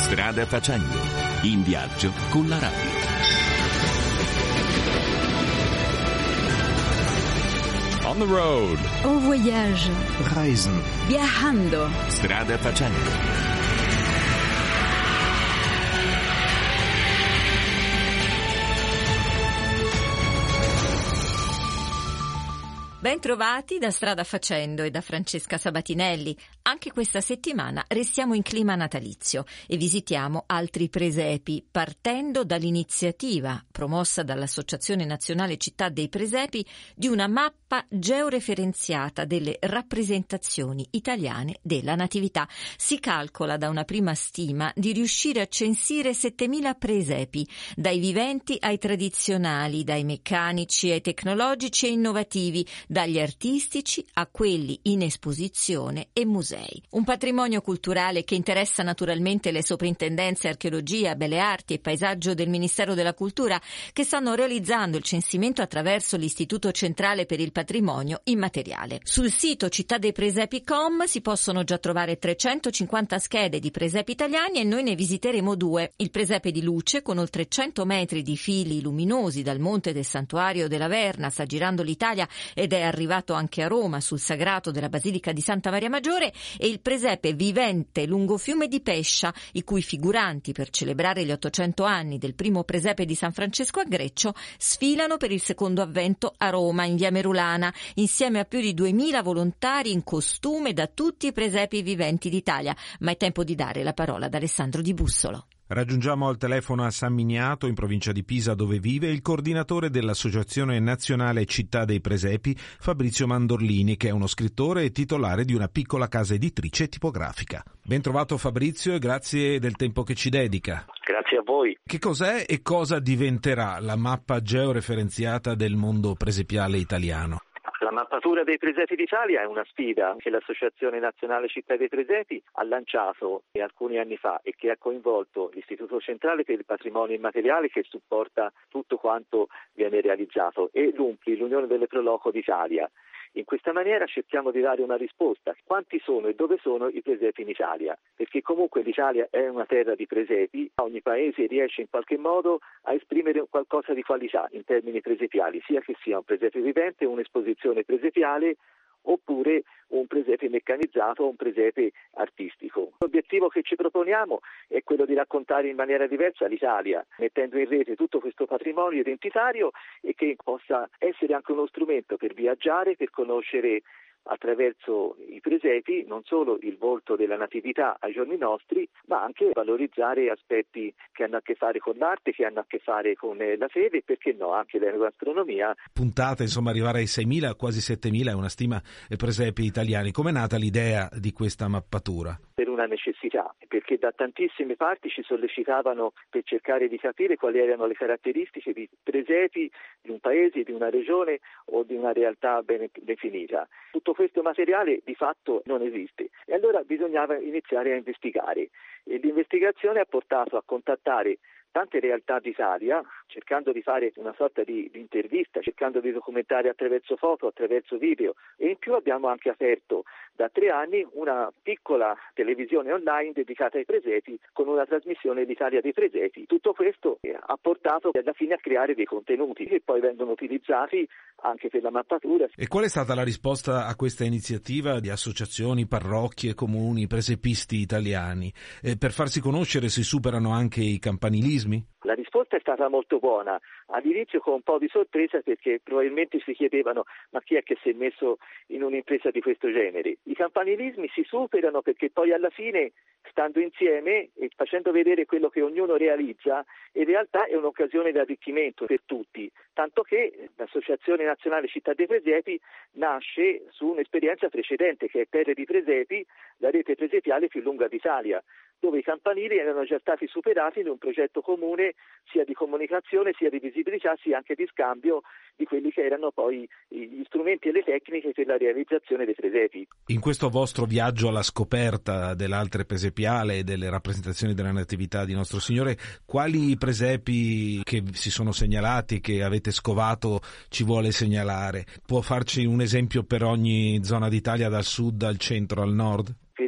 Strada facendo, in viaggio con la radio. On the road. En voyage. Reisen. Viajando. Strada facendo. Bentrovati da Strada Facendo e da Francesca Sabatinelli. Anche questa settimana restiamo in clima natalizio e visitiamo altri presepi, partendo dall'iniziativa promossa dall'Associazione Nazionale Città dei Presepi di una mappa georeferenziata delle rappresentazioni italiane della Natività. Si calcola da una prima stima di riuscire a censire 7.000 presepi, dai viventi ai tradizionali, dai meccanici ai tecnologici e innovativi, dagli artistici a quelli in esposizione e musei. Un patrimonio culturale che interessa naturalmente le soprintendenze Archeologia, Belle Arti e Paesaggio del Ministero della Cultura, che stanno realizzando il censimento attraverso l'Istituto Centrale per il Patrimonio Immateriale. Sul sito cittadeipresepi.com si possono già trovare 350 schede di presepi italiani e noi ne visiteremo due. Il presepe di Luce, con oltre 100 metri di fili luminosi dal Monte del Santuario della Verna, sta girando l'Italia ed è arrivato anche a Roma sul sagrato della Basilica di Santa Maria Maggiore, e il presepe vivente lungo fiume di Pescia, i cui figuranti, per celebrare gli 800 anni del primo presepe di San Francesco a Greccio, sfilano per il secondo avvento a Roma, in via Merulana, insieme a più di 2000 volontari in costume da tutti i presepi viventi d'Italia. Ma è tempo di dare la parola ad Alessandro Di Bussolo. Raggiungiamo al telefono a San Miniato, in provincia di Pisa, dove vive il coordinatore dell'Associazione Nazionale Città dei Presepi, Fabrizio Mandorlini, che è uno scrittore e titolare di una piccola casa editrice tipografica. Ben trovato Fabrizio e grazie del tempo che ci dedica. Grazie a voi. Che cos'è e cosa diventerà la mappa georeferenziata del mondo presepiale italiano? La mappatura dei presepi d'Italia è una sfida che l'Associazione Nazionale Città dei Presepi ha lanciato alcuni anni fa e che ha coinvolto l'Istituto Centrale per il Patrimonio Immateriale, che supporta tutto quanto viene realizzato, e l'UNPLI, l'Unione delle Pro Loco d'Italia. In questa maniera cerchiamo di dare una risposta: quanti sono e dove sono i presepi in Italia? Perché comunque l'Italia è una terra di presepi, ogni paese riesce in qualche modo a esprimere qualcosa di qualità in termini presepiali, sia che sia un presepe vivente, un'esposizione presepiale, oppure un presepe meccanizzato o un presepe artistico. L'obiettivo che ci proponiamo è quello di raccontare in maniera diversa l'Italia, mettendo in rete tutto questo patrimonio identitario e che possa essere anche uno strumento per viaggiare, per conoscere attraverso i presepi non solo il volto della natività ai giorni nostri, ma anche valorizzare aspetti che hanno a che fare con l'arte, che hanno a che fare con la fede e, perché no, anche la gastronomia. Puntate, insomma, arrivare ai 6.000, quasi 7.000 è una stima, presepi italiani. Com'è nata l'idea di questa mappatura? Per una necessità, perché da tantissime parti ci sollecitavano per cercare di capire quali erano le caratteristiche di presepi di un paese, di una regione o di una realtà ben definita. Tutto questo materiale di fatto non esiste e allora bisognava iniziare a investigare, e l'investigazione ha portato a contattare tante realtà d'Italia, cercando di fare una sorta di intervista, cercando di documentare attraverso foto, attraverso video, e in più abbiamo anche aperto da 3 anni una piccola televisione online dedicata ai presepi con una trasmissione l'Italia dei Presepi. Tutto questo ha portato alla fine a creare dei contenuti che poi vengono utilizzati anche per la mappatura. E qual è stata la risposta a questa iniziativa di associazioni, parrocchie, comuni, presepisti italiani? Per farsi conoscere si superano anche i campanilismi? La risposta è stata molto buona, all'inizio con un po' di sorpresa, perché probabilmente si chiedevano: ma chi è che si è messo in un'impresa di questo genere? I campanilismi si superano perché poi alla fine, stando insieme e facendo vedere quello che ognuno realizza, in realtà è un'occasione di arricchimento per tutti, tanto che l'Associazione Nazionale Città dei Presepi nasce su un'esperienza precedente, che è Terre di Presepi, la rete presepiale più lunga d'Italia, dove i campanili erano già stati superati in un progetto comune sia di comunicazione, sia di visibilità, sia anche di scambio di quelli che erano poi gli strumenti e le tecniche per la realizzazione dei presepi. In questo vostro viaggio alla scoperta dell'altre presepiale e delle rappresentazioni della Natività di Nostro Signore, quali presepi che si sono segnalati, che avete scovato, ci vuole segnalare? Può farci un esempio per ogni zona d'Italia, dal sud al centro al nord? Per il sud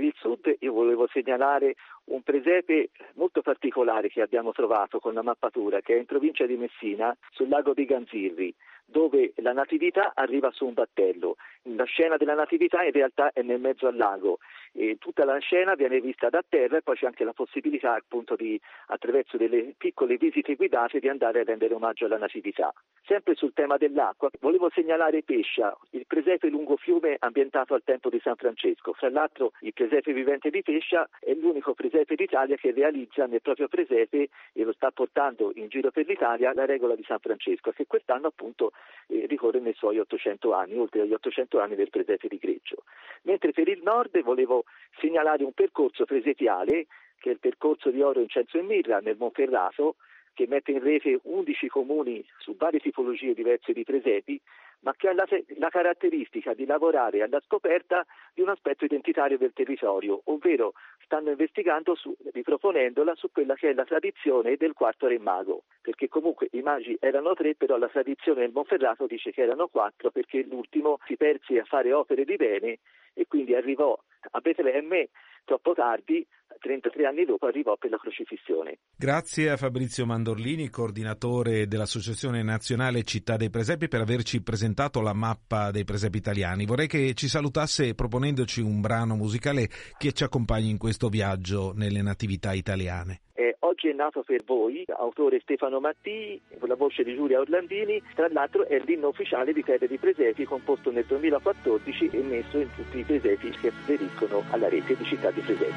Inoltre io volevo segnalare un presepe molto particolare che abbiamo trovato con la mappatura, che è in provincia di Messina, sul lago di Ganzirri, dove la natività arriva su un battello. La scena della natività in realtà è nel mezzo al lago e tutta la scena viene vista da terra e poi c'è anche la possibilità appunto di, attraverso delle piccole visite guidate, di andare a rendere omaggio alla natività. Sempre sul tema dell'acqua, volevo segnalare Pescia, il presepe lungofiume ambientato al tempo di San Francesco. Fra l'altro il presepe vivente di Pescia è l'unico presepe d'Italia che realizza nel proprio presepe, e lo sta portando in giro per l'Italia, la regola di San Francesco, che quest'anno appunto ricorre nei suoi 800 anni, oltre agli 800 anni del presepe di Greggio. Mentre per il nord volevo segnalare un percorso presepiale, che è il percorso di Oro, Incenso e Mirra nel Monferrato, che mette in rete 11 comuni su varie tipologie diverse di presepi, ma che ha la caratteristica di lavorare alla scoperta di un aspetto identitario del territorio, ovvero stanno investigando, riproponendola su quella che è la tradizione del quarto re mago, perché comunque i magi erano 3, però la tradizione del Monferrato dice che erano 4, perché l'ultimo si perse a fare opere di bene e quindi arrivò a Betlemme troppo tardi, 33 anni dopo arrivò per la crocifissione. Grazie a Fabrizio Mandorlini, coordinatore dell'Associazione Nazionale Città dei Presepi, per averci presentato la mappa dei presepi italiani. Vorrei che ci salutasse proponendoci un brano musicale che ci accompagni in questo viaggio nelle natività italiane. Oggi è nato per voi, autore Stefano Mattii, con la voce di Giulia Orlandini. Tra l'altro è l'inno ufficiale di Terre di Presepi, composto nel 2014 e messo in tutti i presepi che aderiscono alla rete di Città di Presepi.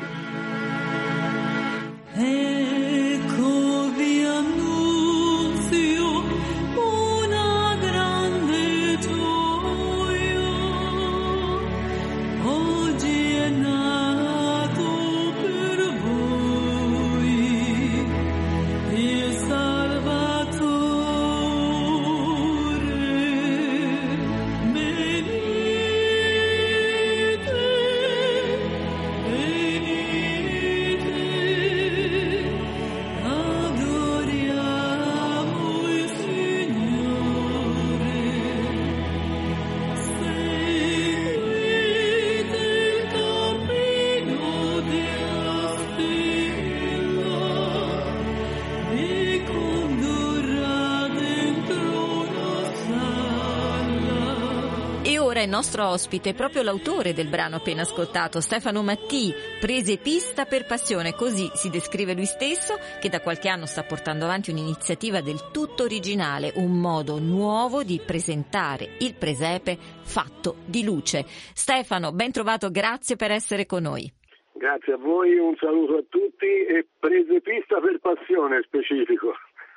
Ecco vi annunzio una grande gioia, oggi è nato per voi il Salvatore. Venite, adoriamo il Signore, seguite il cammino della stella, vi condurrà dentro una sala. E ora il nostro ospite è proprio l'autore del brano appena ascoltato, Stefano Mattii, presepista per passione, così si descrive lui stesso, che da qualche anno sta portando avanti un'iniziativa del tutto originale, un modo nuovo di presentare il presepe fatto di luce. Stefano, ben trovato, grazie per essere con noi. Grazie a voi, un saluto a tutti e presepista per passione specifico.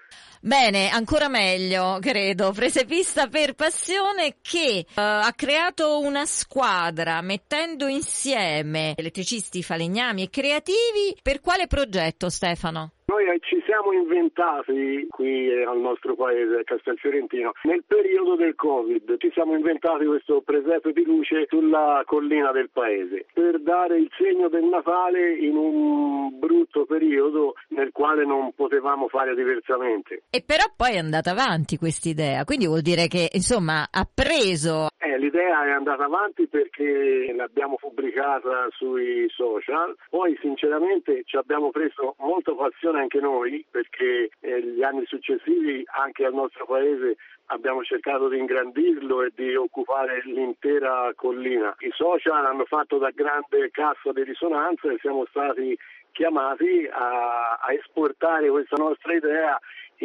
Bene, ancora meglio, credo, presepista per passione che ha creato una squadra mettendo insieme elettricisti, falegnami e creativi. Per quale progetto, Stefano? Noi ci siamo inventati qui al nostro paese, a Castelfiorentino, nel periodo del Covid, ci siamo inventati questo presepe di luce sulla collina del paese per dare il segno del Natale in un brutto periodo nel quale non potevamo fare diversamente. E però poi è andata avanti quest'idea, quindi vuol dire che insomma ha preso. L'idea è andata avanti perché l'abbiamo pubblicata sui social, poi sinceramente ci abbiamo preso molta passione anche noi perché gli anni successivi anche al nostro paese abbiamo cercato di ingrandirlo e di occupare l'intera collina. I social hanno fatto da grande cassa di risonanza e siamo stati chiamati a esportare questa nostra idea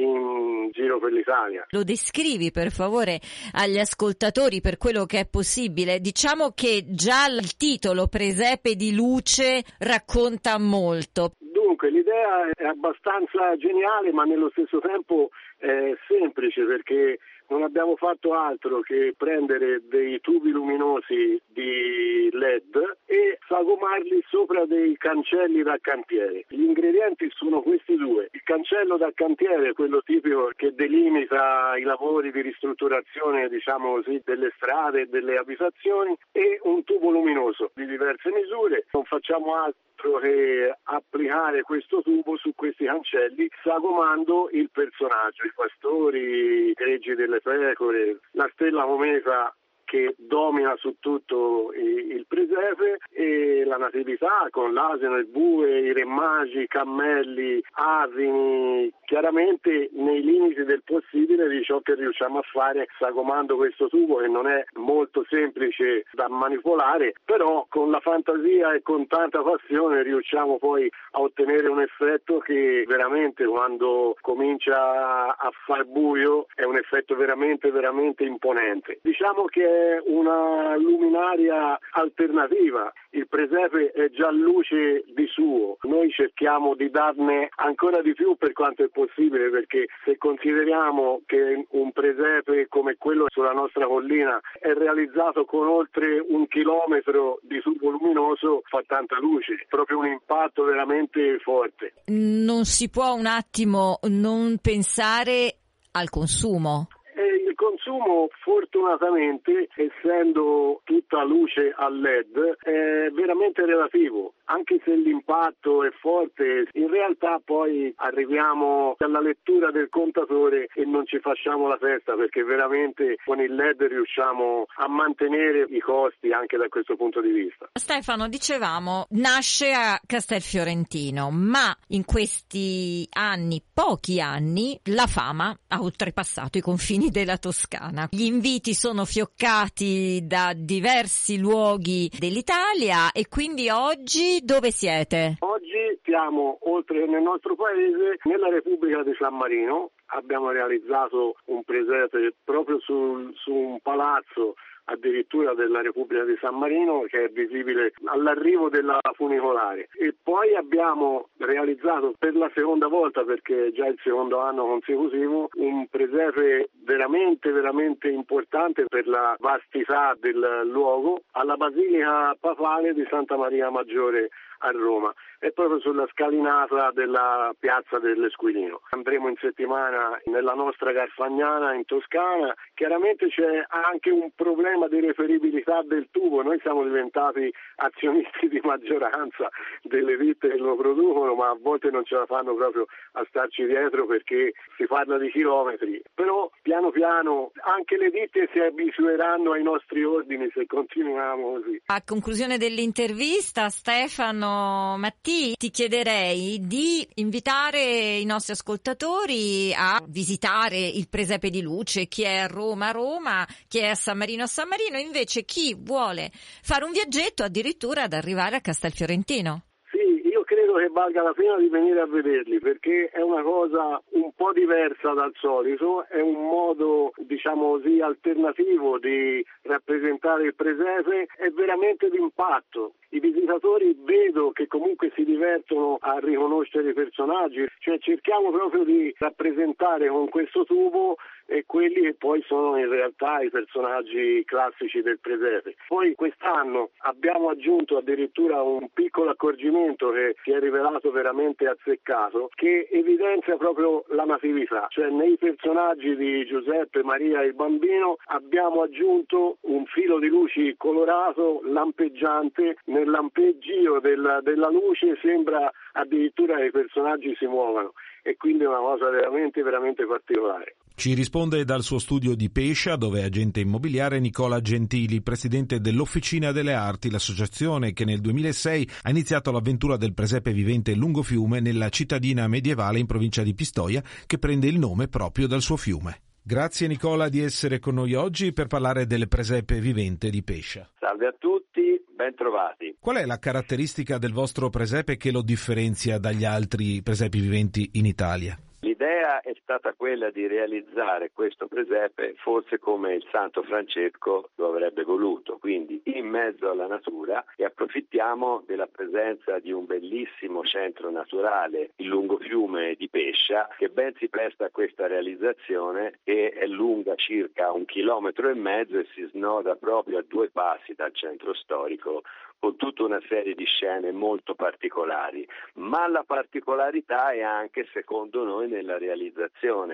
in giro per l'Italia. Lo descrivi per favore agli ascoltatori per quello che è possibile? Diciamo che già il titolo Presepe di luce racconta molto. Dunque l'idea è abbastanza geniale ma nello stesso tempo semplice perché non abbiamo fatto altro che prendere dei tubi luminosi di LED e sagomarli sopra dei cancelli da cantiere. Gli ingredienti sono questi due: il cancello da cantiere, quello tipico che delimita i lavori di ristrutturazione, diciamo così, delle strade e delle abitazioni, e un tubo luminoso di diverse misure. Non facciamo altro che applicare questo tubo su questi cancelli sagomando il personaggio, i pastori, i greggi delle pecore, la stella cometa che domina su tutto il presepe, e la natività con l'asino, il bue, i re magi, i cammelli, asini, chiaramente nei limiti del possibile di ciò che riusciamo a fare sagomando questo tubo, che non è molto semplice da manipolare, però con la fantasia e con tanta passione riusciamo poi a ottenere un effetto che veramente, quando comincia a far buio, è un effetto veramente imponente. Diciamo che è una luminaria alternativa. Il presepe è già luce di suo, noi cerchiamo di darne ancora di più per quanto è possibile, perché se consideriamo che un presepe come quello sulla nostra collina è realizzato con oltre 1 chilometro di tubo luminoso, fa tanta luce, proprio un impatto veramente forte. Non si può un attimo non pensare al consumo. Il consumo, fortunatamente, essendo tutta luce a LED, è veramente relativo. Anche se l'impatto è forte, in realtà poi arriviamo alla lettura del contatore e non ci facciamo la festa, perché veramente con il LED riusciamo a mantenere i costi anche da questo punto di vista. Stefano, dicevamo, nasce a Castelfiorentino, ma in questi anni, pochi anni, la fama ha oltrepassato i confini della Toscana. Gli inviti sono fioccati da diversi luoghi dell'Italia, e quindi oggi dove siete? Oggi siamo, oltre nel nostro paese, nella Repubblica di San Marino. Abbiamo realizzato un presepe proprio su un palazzo addirittura della Repubblica di San Marino, che è visibile all'arrivo della funicolare, e poi abbiamo realizzato per la seconda volta, perché è già il secondo anno consecutivo, un presepe veramente importante per la vastità del luogo alla Basilica Papale di Santa Maria Maggiore a Roma. È proprio sulla scalinata della piazza dell'Esquilino. Andremo in settimana nella nostra Garfagnana in Toscana. Chiaramente c'è anche un problema di referibilità del tubo. Noi siamo diventati azionisti di maggioranza delle ditte che lo producono, ma a volte non ce la fanno proprio a starci dietro, perché si parla di chilometri. Però piano piano anche le ditte si abitueranno ai nostri ordini se continuiamo così. A conclusione dell'intervista, Stefano Mattì, ti chiederei di invitare i nostri ascoltatori a visitare il presepe di luce. Chi è a Roma, chi è a San Marino, invece chi vuole fare un viaggetto addirittura ad arrivare a Castelfiorentino. Credo che valga la pena di venire a vederli, perché è una cosa un po' diversa dal solito, è un modo, diciamo così, alternativo di rappresentare il presepe, è veramente d'impatto. I visitatori vedo che comunque si divertono a riconoscere i personaggi, cioè cerchiamo proprio di rappresentare con questo tubo e quelli che poi sono in realtà i personaggi classici del presepe. Poi quest'anno abbiamo aggiunto addirittura un piccolo accorgimento che si è rivelato veramente azzeccato, che evidenzia proprio la natività, cioè nei personaggi di Giuseppe, Maria e il bambino abbiamo aggiunto un filo di luci colorato, lampeggiante. Nel lampeggio della luce sembra addirittura che i personaggi si muovano, e quindi è una cosa veramente particolare. Ci risponde dal suo studio di Pescia, dove è agente immobiliare, Nicola Gentili, presidente dell'Officina delle Arti, l'associazione che nel 2006 ha iniziato l'avventura del presepe vivente lungo fiume nella cittadina medievale in provincia di Pistoia, che prende il nome proprio dal suo fiume. Grazie Nicola di essere con noi oggi per parlare del presepe vivente di Pescia. Salve a tutti, ben trovati. Qual è la caratteristica del vostro presepe che lo differenzia dagli altri presepi viventi in Italia? L'idea è stata quella di realizzare questo presepe forse come il Santo Francesco lo avrebbe voluto, quindi in mezzo alla natura, e approfittiamo della presenza di un bellissimo centro naturale, il lungofiume di Pescia, che ben si presta a questa realizzazione, che è lunga circa 1,5 chilometri e si snoda proprio a 2 passi dal centro storico, con tutta una serie di scene molto particolari, ma la particolarità è anche, secondo noi, nella realizzazione.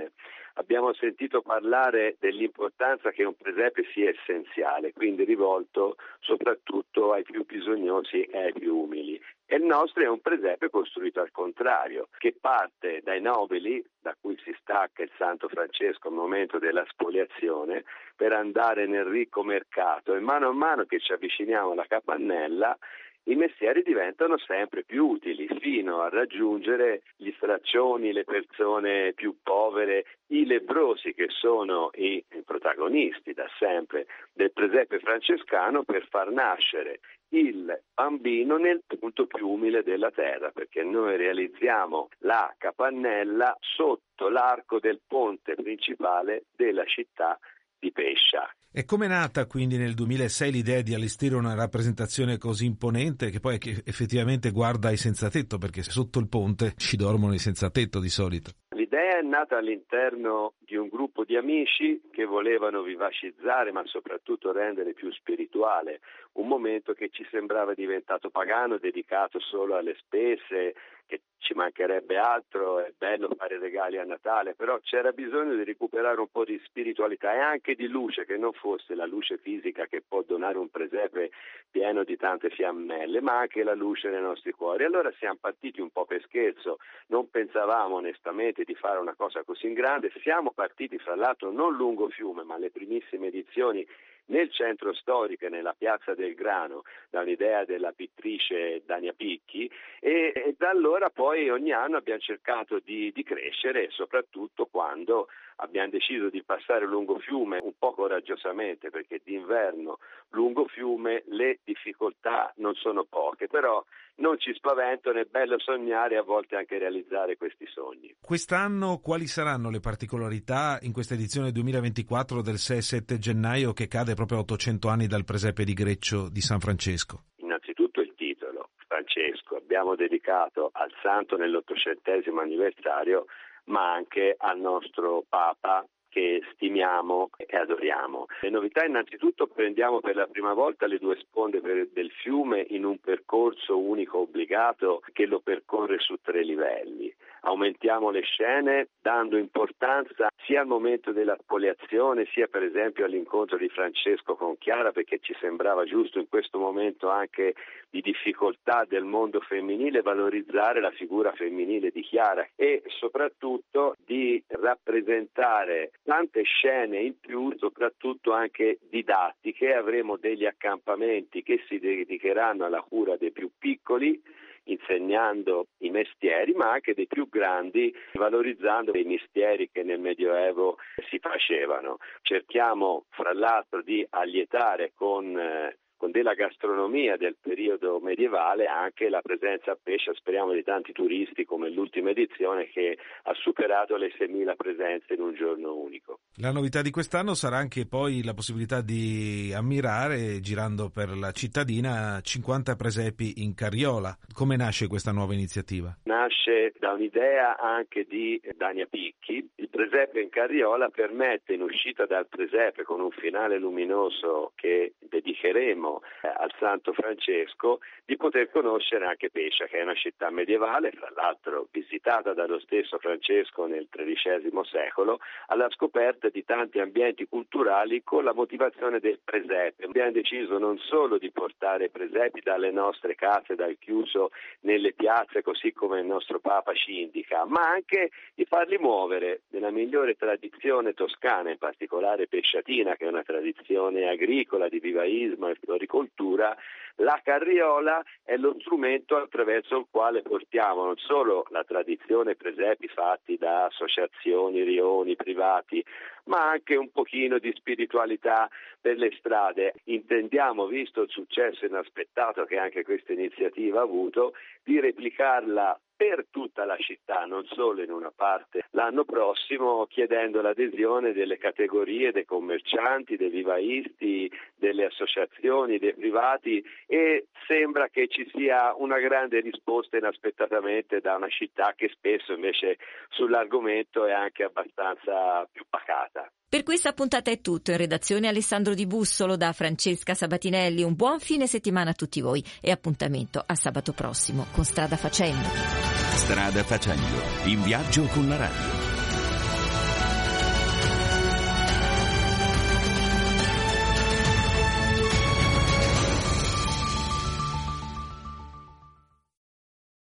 abbiamo sentito parlare dell'importanza che un presepe sia essenziale, quindi rivolto soprattutto ai più bisognosi e ai più umili. E il nostro è un presepe costruito al contrario, che parte dai nobili, da cui si stacca il Santo Francesco al momento della spoliazione, per andare nel ricco mercato, e mano a mano che ci avviciniamo alla capannella i mestieri diventano sempre più utili, fino a raggiungere gli straccioni, le persone più povere, i lebbrosi, che sono i protagonisti da sempre del presepe francescano, per far nascere il bambino nel punto più umile della terra, perché noi realizziamo la capannella sotto l'arco del ponte principale della città di Pescia. E com'è nata quindi nel 2006 l'idea di allestire una rappresentazione così imponente, che poi effettivamente guarda ai senzatetto, perché sotto il ponte ci dormono i senzatetto di solito? L'idea è nata all'interno di un gruppo di amici che volevano vivacizzare, ma soprattutto rendere più spirituale un momento che ci sembrava diventato pagano, dedicato solo alle spese, che ci mancherebbe altro, è bello fare regali a Natale, però c'era bisogno di recuperare un po' di spiritualità e anche di luce, che non fosse la luce fisica che può donare un presepe pieno di tante fiammelle, ma anche la luce nei nostri cuori. Allora siamo partiti un po' per scherzo, non pensavamo onestamente di fare una cosa così in grande, siamo partiti fra l'altro non lungo fiume, ma le primissime edizioni nel centro storico e nella piazza del Grano, da un'idea della pittrice Dania Picchi, e da allora poi ogni anno abbiamo cercato di crescere, soprattutto quando abbiamo deciso di passare lungo fiume un po' coraggiosamente, perché d'inverno lungo fiume le difficoltà non sono poche, però non ci spaventano, è bello sognare e a volte anche realizzare questi sogni. Quest'anno quali saranno le particolarità in questa edizione 2024 del 6 e 7 gennaio, che cade proprio a 800 anni dal presepe di Greccio di San Francesco? Innanzitutto il titolo, Francesco, abbiamo dedicato al santo nell'800° anniversario, ma anche al nostro Papa, che stimiamo e adoriamo. Le novità: innanzitutto prendiamo per la prima volta le due sponde del fiume in un percorso unico obbligato che lo percorre su 3 livelli. Aumentiamo le scene dando importanza sia al momento della spoliazione, sia per esempio all'incontro di Francesco con Chiara, perché ci sembrava giusto in questo momento anche di difficoltà del mondo femminile valorizzare la figura femminile di Chiara e soprattutto di rappresentare tante scene in più, soprattutto anche didattiche. Avremo degli accampamenti che si dedicheranno alla cura dei più piccoli, insegnando i mestieri, ma anche dei più grandi, valorizzando i mestieri che nel Medioevo si facevano. Cerchiamo fra l'altro di allietare con della gastronomia del periodo medievale anche la presenza a Pescia, speriamo, di tanti turisti, come l'ultima edizione che ha superato le 6.000 presenze in un giorno unico. La novità di quest'anno sarà anche poi la possibilità di ammirare, girando per la cittadina, 50 presepi in carriola. Come nasce questa nuova iniziativa? Nasce da un'idea anche di Dania Picchi. Il presepe in carriola permette, in uscita dal presepe con un finale luminoso che dedicheremo al Santo Francesco, di poter conoscere anche Pescia, che è una città medievale, fra l'altro visitata dallo stesso Francesco nel XIII secolo, alla scoperta di tanti ambienti culturali con la motivazione del presepe. Abbiamo deciso non solo di portare presepi dalle nostre case, dal chiuso nelle piazze, così come il nostro Papa ci indica, ma anche di farli muovere nella migliore tradizione toscana, in particolare pesciatina, che è una tradizione agricola di vivaismo e floricoltura. La carriola è lo strumento attraverso il quale portiamo non solo la tradizione presepi fatti da associazioni, rioni, privati, ma anche un pochino di spiritualità per le strade. Intendiamo, visto il successo inaspettato che anche questa iniziativa ha avuto, di replicarla per tutta la città, non solo in una parte, l'anno prossimo, chiedendo l'adesione delle categorie, dei commercianti, dei vivaisti, delle associazioni, dei privati, e sembra che ci sia una grande risposta inaspettatamente da una città che spesso invece sull'argomento è anche abbastanza più pacata. Per questa puntata è tutto. In redazione Alessandro Di Bussolo, da Francesca Sabatinelli. Un buon fine settimana a tutti voi e appuntamento a sabato prossimo con Strada Facendo. Strada Facendo, in viaggio con la radio.